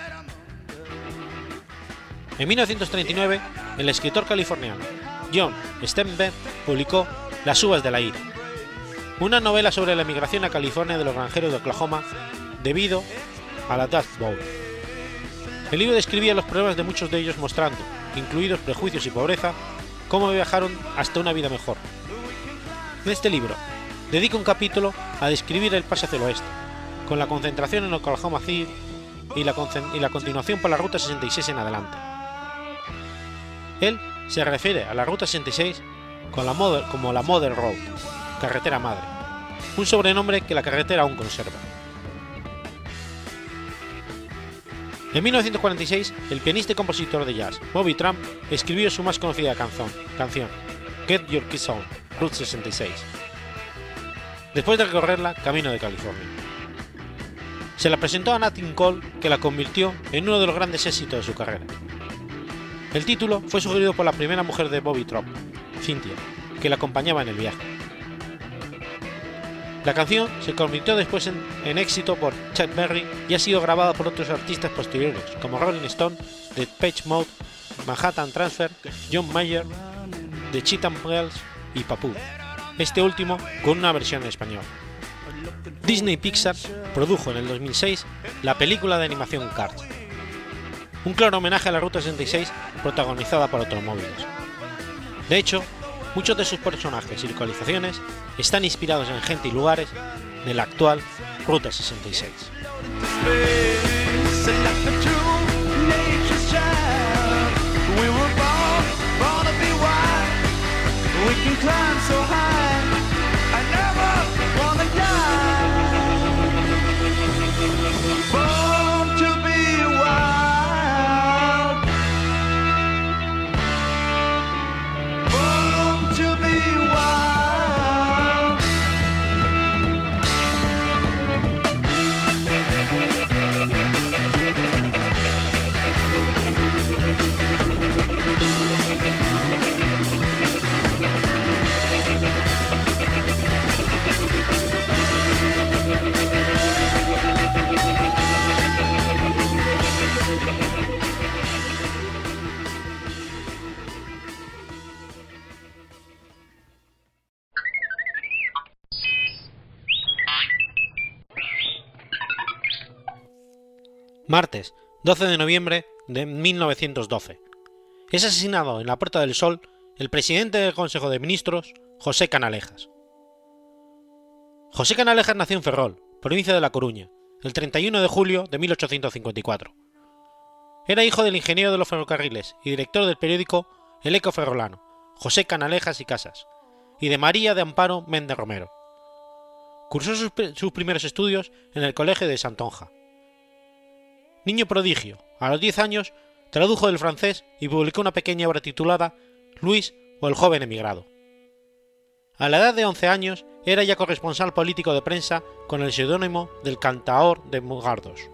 En mil novecientos treinta y nueve, el escritor californiano John Steinbeck publicó Las uvas de la ira, una novela sobre la emigración a California de los granjeros de Oklahoma debido a la Dust Bowl. El libro describía los problemas de muchos de ellos, mostrando, incluidos prejuicios y pobreza, cómo viajaron hasta una vida mejor. En este libro, dedica un capítulo a describir el paso hacia el oeste, con la concentración en Oklahoma City y la, y la continuación por la Ruta sesenta y seis en adelante. Él se refiere a la Ruta sesenta y seis con la Mother, como la Mother Road, carretera madre, un sobrenombre que la carretera aún conserva. En mil novecientos cuarenta y seis, el pianista y compositor de jazz Bobby Trump escribió su más conocida canción, canción Get Your Kids On, Route sesenta y seis, después de recorrerla camino de California. Se la presentó a Nat King Cole, que la convirtió en uno de los grandes éxitos de su carrera. El título fue sugerido por la primera mujer de Bobby Trump, Cynthia, que la acompañaba en el viaje. La canción se convirtió después en, en éxito por Chuck Berry y ha sido grabada por otros artistas posteriores como Rolling Stone, The Depeche Mode, Manhattan Transfer, John Mayer, The Cheetah Girls y Papoo, este último con una versión en español. Disney Pixar produjo en el dos mil seis la película de animación Cars, un claro homenaje a la Ruta sesenta y seis protagonizada por automóviles. De hecho, muchos de sus personajes y localizaciones están inspirados en gente y lugares de la actual Ruta sesenta y seis. Martes, doce de noviembre de mil novecientos doce. Es asesinado en la Puerta del Sol el presidente del Consejo de Ministros, José Canalejas. José Canalejas nació en Ferrol, provincia de La Coruña, el treinta y uno de julio de mil ochocientos cincuenta y cuatro. Era hijo del ingeniero de los ferrocarriles y director del periódico El Eco Ferrolano, José Canalejas y Casas, y de María de Amparo Méndez Romero. Cursó sus, sus primeros estudios en el Colegio de Santonja. Niño prodigio, a los diez años tradujo del francés y publicó una pequeña obra titulada Luis o el joven emigrado. A la edad de once años era ya corresponsal político de prensa con el seudónimo del Cantaor de Mugardos.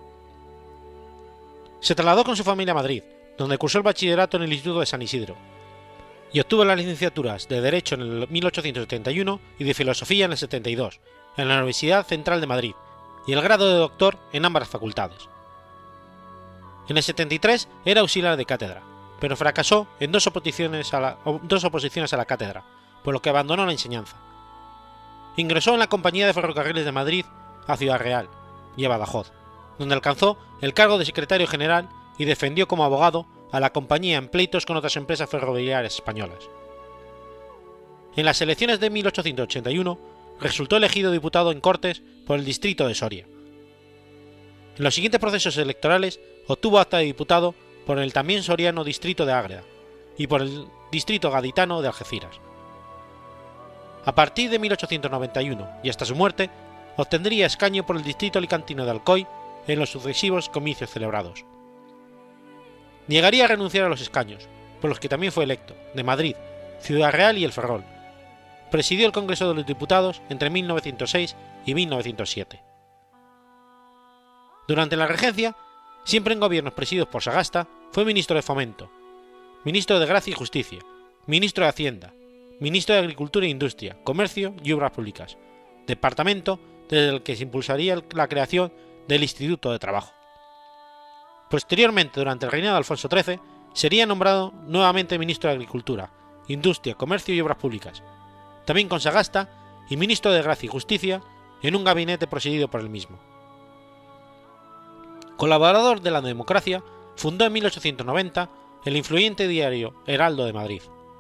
Se trasladó con su familia a Madrid, donde cursó el bachillerato en el Instituto de San Isidro, y obtuvo las licenciaturas de Derecho en el mil ochocientos setenta y uno y de Filosofía en el setenta y dos, en la Universidad Central de Madrid, y el grado de doctor en ambas facultades. En el setenta y tres era auxiliar de cátedra, pero fracasó en dos oposiciones a la, dos oposiciones a la cátedra, por lo que abandonó la enseñanza. Ingresó en la Compañía de Ferrocarriles de Madrid a Ciudad Real y a Badajoz, donde alcanzó el cargo de secretario general y defendió como abogado a la compañía en pleitos con otras empresas ferroviarias españolas. En las elecciones de mil ochocientos ochenta y uno resultó elegido diputado en Cortes por el distrito de Soria. En los siguientes procesos electorales obtuvo acta de diputado por el también soriano distrito de Ágreda y por el distrito gaditano de Algeciras. A partir de mil ochocientos noventa y uno y hasta su muerte, obtendría escaño por el distrito alicantino de Alcoy en los sucesivos comicios celebrados. Llegaría a renunciar a los escaños, por los que también fue electo, de Madrid, Ciudad Real y El Ferrol. Presidió el Congreso de los Diputados entre mil novecientos seis y mil novecientos siete. Durante la regencia, siempre en gobiernos presididos por Sagasta, fue ministro de Fomento, ministro de Gracia y Justicia, ministro de Hacienda, ministro de Agricultura e Industria, Comercio y Obras Públicas, departamento desde el que se impulsaría la creación del Instituto de Trabajo. Posteriormente, durante el reinado de Alfonso trece, sería nombrado nuevamente ministro de Agricultura, Industria, Comercio y Obras Públicas, también con Sagasta, y ministro de Gracia y Justicia en un gabinete presidido por él mismo. Colaborador de la democracia, fundó en mil ochocientos noventa el influyente diario Heraldo de Madrid.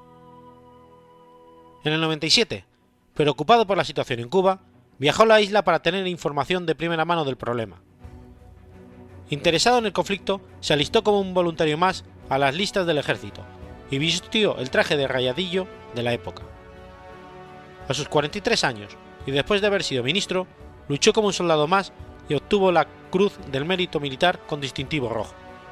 En el noventa y siete, preocupado por la situación en Cuba, viajó a la isla para tener información de primera mano del problema. Interesado en el conflicto, se alistó como un voluntario más a las listas del ejército y vistió el traje de rayadillo de la época, A sus cuarenta y tres años, y después de haber sido ministro, luchó como un soldado más y obtuvo la Cruz del Mérito Militar con distintivo rojo.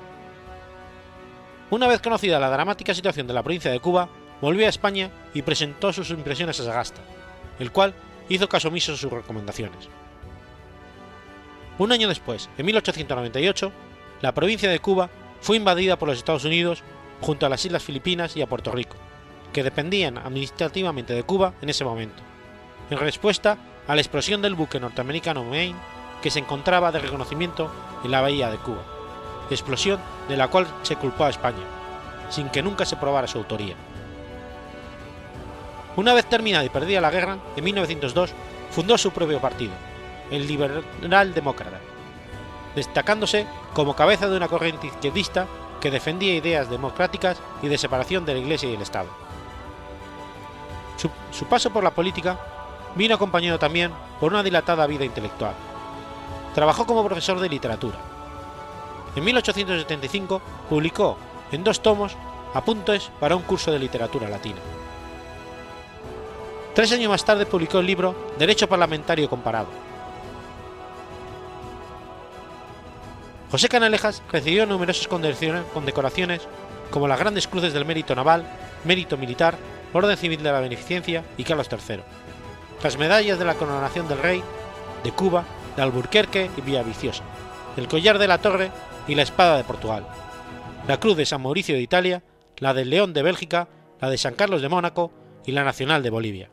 Una vez conocida la dramática situación de la provincia de Cuba, volvió a España y presentó sus impresiones a Sagasta, el cual hizo caso omiso de sus recomendaciones. Un año después, en mil ochocientos noventa y ocho, la provincia de Cuba fue invadida por los Estados Unidos junto a las Islas Filipinas y a Puerto Rico, que dependían administrativamente de Cuba en ese momento, en respuesta a la explosión del buque norteamericano Maine, que se encontraba de reconocimiento en la bahía de Cuba, explosión de la cual se culpó a España, sin que nunca se probara su autoría. Una vez terminada y perdida la guerra, en mil novecientos dos fundó su propio partido, el Liberal Demócrata, destacándose como cabeza de una corriente izquierdista que defendía ideas democráticas y de separación de la Iglesia y el Estado. Su, su paso por la política vino acompañado también por una dilatada vida intelectual. Trabajó como profesor de literatura. En mil ochocientos setenta y cinco publicó en dos tomos apuntes para un curso de literatura latina. Tres años más tarde publicó el libro Derecho Parlamentario Comparado. José Canalejas recibió numerosas condecoraciones como las Grandes Cruces del Mérito Naval, Mérito Militar, Orden Civil de la Beneficencia y Carlos tercero, las medallas de la Coronación del Rey, de Cuba, de Alburquerque y Villaviciosa, el Collar de la Torre y la Espada de Portugal, la Cruz de San Mauricio de Italia, la del León de Bélgica, la de San Carlos de Mónaco y la Nacional de Bolivia.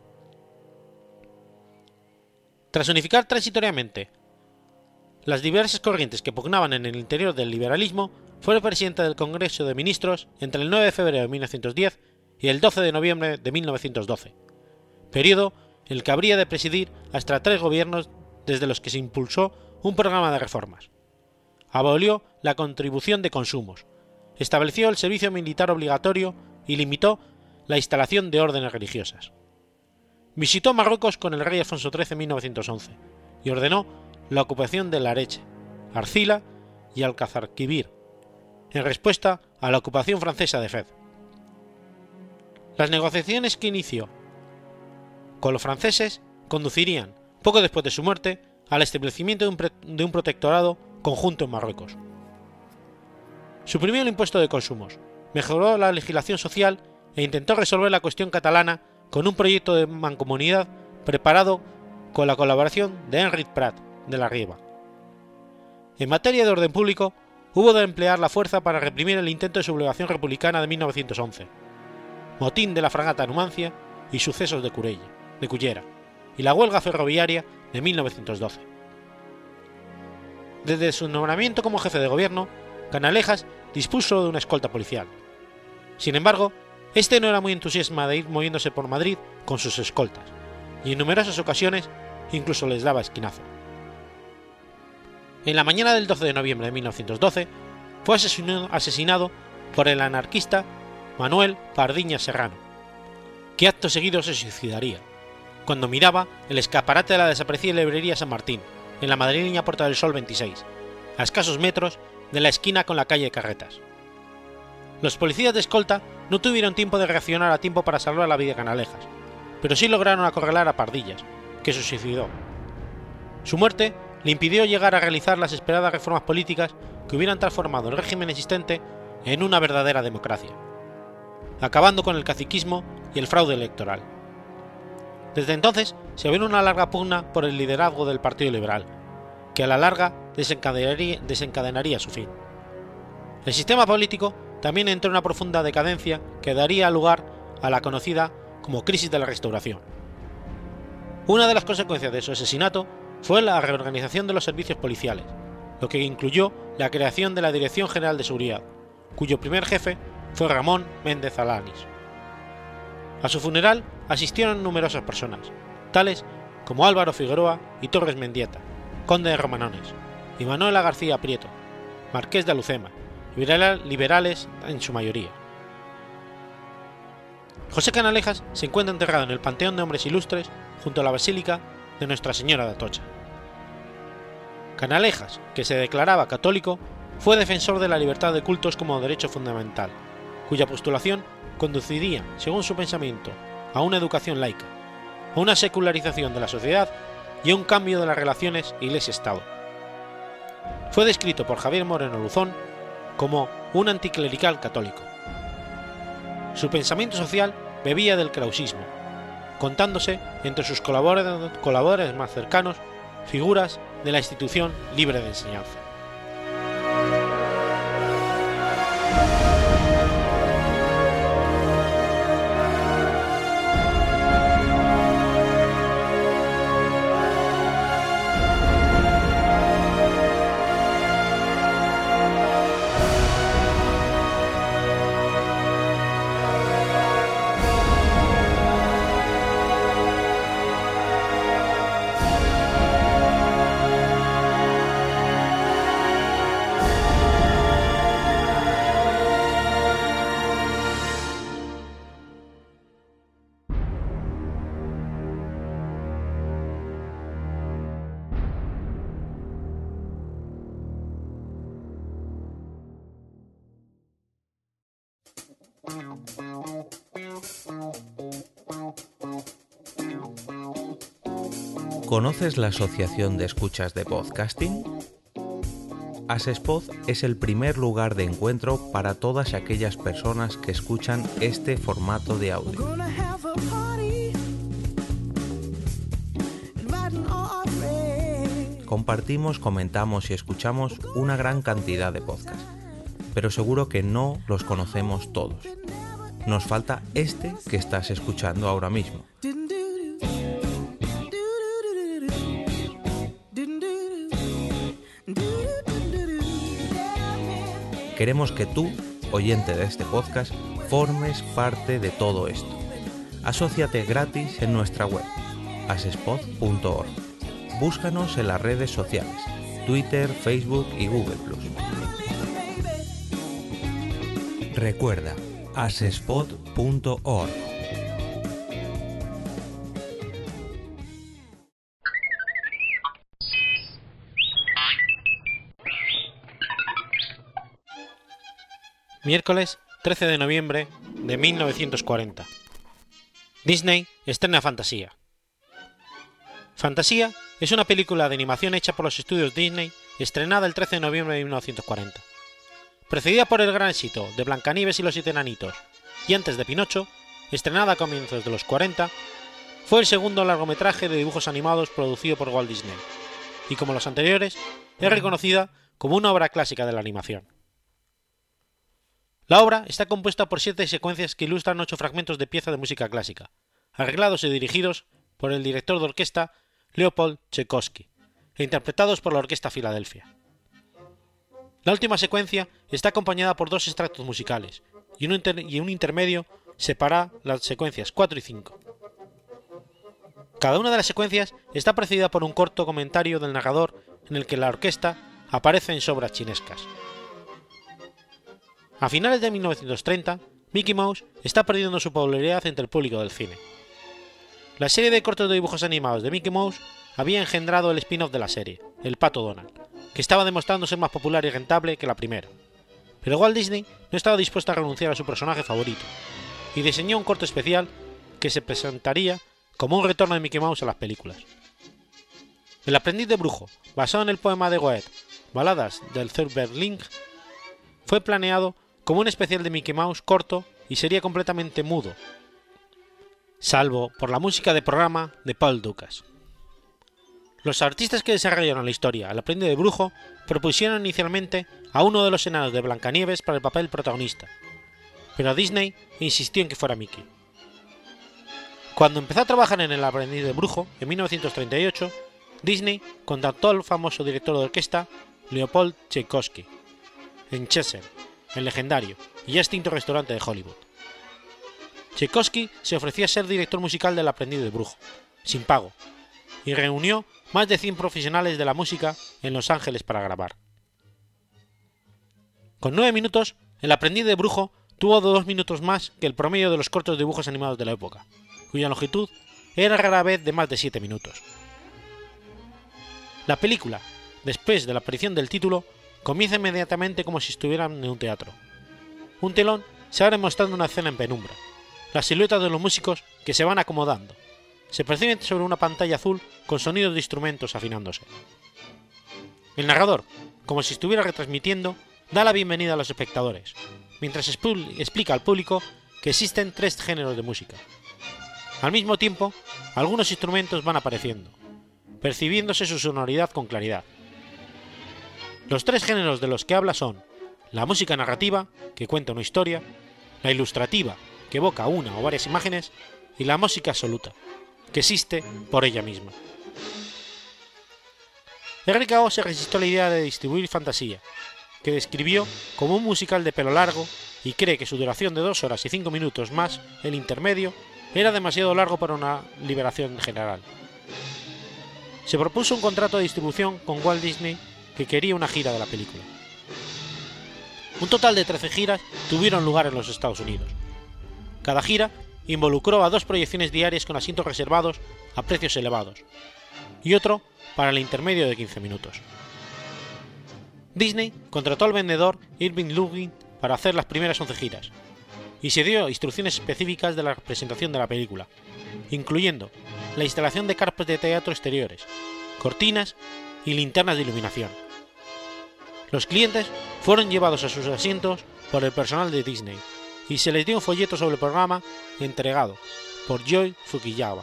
Tras unificar transitoriamente las diversas corrientes que pugnaban en el interior del liberalismo, fue el presidente del Congreso de Ministros entre el nueve de febrero de mil novecientos diez y el doce de noviembre de mil novecientos doce, periodo en el que habría de presidir hasta tres gobiernos desde los que se impulsó un programa de reformas. Abolió la contribución de consumos, estableció el servicio militar obligatorio y limitó la instalación de órdenes religiosas. Visitó Marruecos con el rey Alfonso trece en mil novecientos once y ordenó la ocupación de Lareche, Arcila y Alcazarquivir, en respuesta a la ocupación francesa de Fez. Las negociaciones que inició con los franceses conducirían, poco después de su muerte, al establecimiento de un, pre- de un protectorado conjunto en Marruecos. Suprimió el impuesto de consumos, mejoró la legislación social e intentó resolver la cuestión catalana con un proyecto de mancomunidad preparado con la colaboración de Enric Prat de la Rieba. En materia de orden público, hubo de emplear la fuerza para reprimir el intento de sublevación republicana de mil novecientos once, motín de la fragata Numancia y sucesos de, Curella, de Cullera, y la huelga ferroviaria de mil novecientos doce. Desde su nombramiento como jefe de gobierno, Canalejas dispuso de una escolta policial. Sin embargo, este no era muy entusiasta de ir moviéndose por Madrid con sus escoltas, y en numerosas ocasiones incluso les daba esquinazo. En la mañana del doce de noviembre de mil novecientos doce, fue asesinado, asesinado por el anarquista Manuel Pardiñas Serrano, que acto seguido se suicidaría, cuando miraba el escaparate de la desaparecida librería San Martín, en la madrileña Puerta del Sol veintiséis, a escasos metros de la esquina con la calle Carretas. Los policías de escolta no tuvieron tiempo de reaccionar a tiempo para salvar la vida de Canalejas, pero sí lograron acorralar a Pardillas, que se suicidó. Su muerte le impidió llegar a realizar las esperadas reformas políticas que hubieran transformado el régimen existente en una verdadera democracia, acabando con el caciquismo y el fraude electoral. Desde entonces se abrió una larga pugna por el liderazgo del Partido Liberal, que a la larga desencadenaría, desencadenaría su fin. El sistema político también entró en una profunda decadencia que daría lugar a la conocida como crisis de la Restauración. Una de las consecuencias de su asesinato fue la reorganización de los servicios policiales, lo que incluyó la creación de la Dirección General de Seguridad, cuyo primer jefe fue Ramón Méndez Alanis. A su funeral asistieron numerosas personas, tales como Álvaro Figueroa y Torres Mendieta, conde de Romanones, y Manuela García Prieto, marqués de Alucema, liberales en su mayoría. José Canalejas se encuentra enterrado en el Panteón de Hombres Ilustres junto a la Basílica de Nuestra Señora de Atocha. Canalejas, que se declaraba católico, fue defensor de la libertad de cultos como derecho fundamental, cuya postulación conduciría, según su pensamiento, a una educación laica, a una secularización de la sociedad y a un cambio de las relaciones Iglesia-Estado. Fue descrito por Javier Moreno Luzón como un anticlerical católico. Su pensamiento social bebía del krausismo, contándose entre sus colaboradores más cercanos figuras de la institución libre de enseñanza.
¿Conoces la Asociación de Escuchas de Podcasting? Asespod es el primer lugar de encuentro para todas aquellas personas que escuchan este formato de audio. Compartimos, comentamos y escuchamos una gran cantidad de podcasts, pero seguro que no los conocemos todos. Nos falta este que estás escuchando ahora mismo. Queremos que tú, oyente de este podcast, formes parte de todo esto. Asóciate gratis en nuestra web, asespod punto org. Búscanos en las redes sociales, Twitter, Facebook y Google plus. Recuerda, asespod punto org.
Miércoles trece de noviembre de mil novecientos cuarenta. Disney estrena Fantasía. Fantasía es una película de animación hecha por los estudios Disney, estrenada el trece de noviembre de mil novecientos cuarenta. Precedida por el gran éxito de Blancanieves y los siete enanitos y antes de Pinocho, estrenada a comienzos de los cuarenta, fue el segundo largometraje de dibujos animados producido por Walt Disney, y como los anteriores, es reconocida como una obra clásica de la animación. La obra está compuesta por siete secuencias que ilustran ocho fragmentos de pieza de música clásica, arreglados y dirigidos por el director de orquesta Leopold Tchaikovsky, e interpretados por la Orquesta Filadelfia. La última secuencia está acompañada por dos extractos musicales, y un, inter- y un intermedio separa las secuencias cuatro y cinco. Cada una de las secuencias está precedida por un corto comentario del narrador en el que la orquesta aparece en sobras chinescas. A finales de mil novecientos treinta, Mickey Mouse está perdiendo su popularidad entre el público del cine. La serie de cortos de dibujos animados de Mickey Mouse había engendrado el spin-off de la serie, El Pato Donald, que estaba demostrando ser más popular y rentable que la primera. Pero Walt Disney no estaba dispuesto a renunciar a su personaje favorito, y diseñó un corto especial que se presentaría como un retorno de Mickey Mouse a las películas. El aprendiz de brujo, basado en el poema de Goethe, Baladas del Zauberling, fue planeado como un especial de Mickey Mouse corto y sería completamente mudo, salvo por la música de programa de Paul Dukas. Los artistas que desarrollaron la historia El aprendiz de brujo propusieron inicialmente a uno de los enanos de Blancanieves para el papel protagonista, pero Disney insistió en que fuera Mickey. Cuando empezó a trabajar en El aprendiz de brujo, en mil novecientos treinta y ocho, Disney contactó al famoso director de orquesta Leopold Tchaikovsky en Cheshire, el legendario y ya extinto restaurante de Hollywood. Tchaikovsky se ofrecía a ser director musical del aprendiz de brujo, sin pago, y reunió más de cien profesionales de la música en Los Ángeles para grabar. Con nueve minutos, el aprendiz de brujo tuvo dos minutos más que el promedio de los cortos dibujos animados de la época, cuya longitud era rara vez de más de siete minutos. La película, después de la aparición del título, comienza inmediatamente como si estuvieran en un teatro. Un telón se abre mostrando una escena en penumbra, las siluetas de los músicos que se van acomodando, se perciben sobre una pantalla azul con sonidos de instrumentos afinándose. El narrador, como si estuviera retransmitiendo, da la bienvenida a los espectadores, mientras explica al público que existen tres géneros de música. Al mismo tiempo, algunos instrumentos van apareciendo, percibiéndose su sonoridad con claridad. Los tres géneros de los que habla son la música narrativa, que cuenta una historia, la ilustrativa, que evoca una o varias imágenes, y la música absoluta, que existe por ella misma. R K O se resistió a la idea de distribuir Fantasía, que describió como un musical de pelo largo y cree que su duración de dos horas y cinco minutos más el intermedio era demasiado largo para una liberación general. Se propuso un contrato de distribución con Walt Disney que quería una gira de la película. Un total de trece giras tuvieron lugar en los Estados Unidos. Cada gira involucró a dos proyecciones diarias con asientos reservados a precios elevados, y otro para el intermedio de quince minutos. Disney contrató al vendedor Irving Ludwig para hacer las primeras once giras, y se dio instrucciones específicas de la presentación de la película, incluyendo la instalación de carpas de teatro exteriores, cortinas y linternas de iluminación. Los clientes fueron llevados a sus asientos por el personal de Disney y se les dio un folleto sobre el programa entregado por Joe Fukuyawa.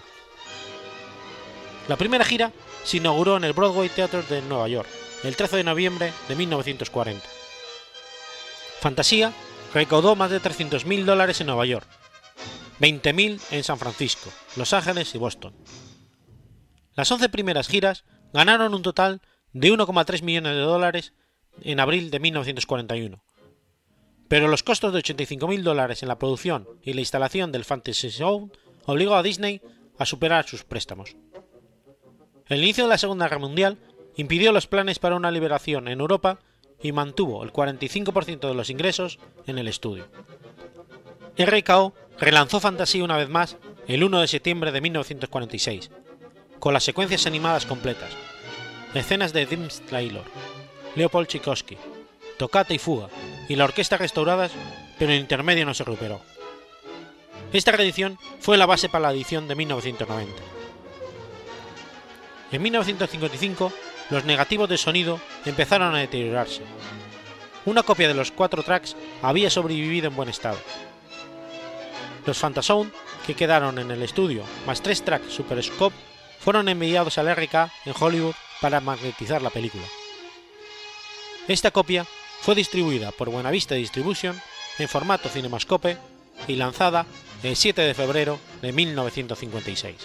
La primera gira se inauguró en el Broadway Theatre de Nueva York el trece de noviembre de mil novecientos cuarenta. Fantasía recaudó más de trescientos mil dólares en Nueva York, veinte mil en San Francisco, Los Ángeles y Boston. Las once primeras giras ganaron un total de uno coma tres millones de dólares en abril de mil novecientos cuarenta y uno, pero los costos de ochenta y cinco mil dólares en la producción y la instalación del Fantasy Show obligó a Disney a superar sus préstamos. El inicio de la Segunda Guerra Mundial impidió los planes para una liberación en Europa y mantuvo el cuarenta y cinco por ciento de los ingresos en el estudio. R K O relanzó Fantasía una vez más el uno de septiembre de mil novecientos cuarenta y seis, con las secuencias animadas completas, escenas de Tim Taylor, Leopold Tchaikovsky, tocata y fuga, y la orquesta restauradas, pero el intermedio no se recuperó. Esta reedición fue la base para la edición de mil novecientos noventa. En mil novecientos cincuenta y cinco, los negativos de sonido empezaron a deteriorarse. Una copia de los cuatro tracks había sobrevivido en buen estado. Los Fantasound, que quedaron en el estudio, más tres tracks Super Scope, fueron enviados al R K en Hollywood para magnetizar la película. Esta copia fue distribuida por Buena Vista Distribution en formato Cinemascope y lanzada el siete de febrero de mil novecientos cincuenta y seis.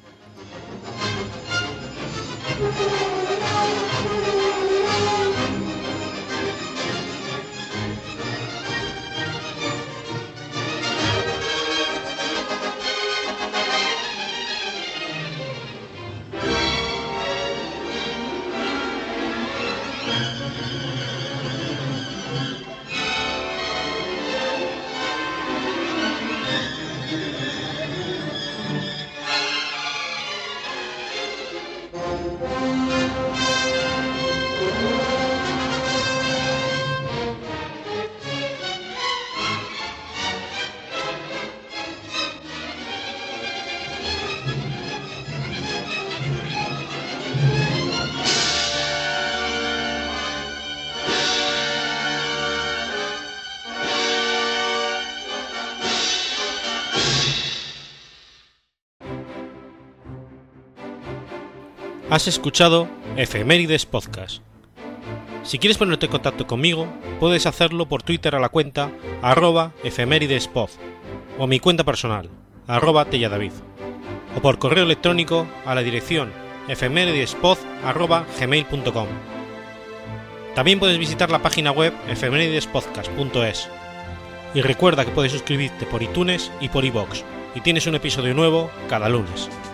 Has escuchado Efemérides Podcast. Si quieres ponerte en contacto conmigo, puedes hacerlo por Twitter a la cuenta arroba efemeridespod o mi cuenta personal, arroba telladavid, o por correo electrónico a la dirección efemeridespod arroba gmail punto com. También puedes visitar la página web efemeridespodcast punto es. Y recuerda que puedes suscribirte por iTunes y por iVoox, y tienes un episodio nuevo cada lunes.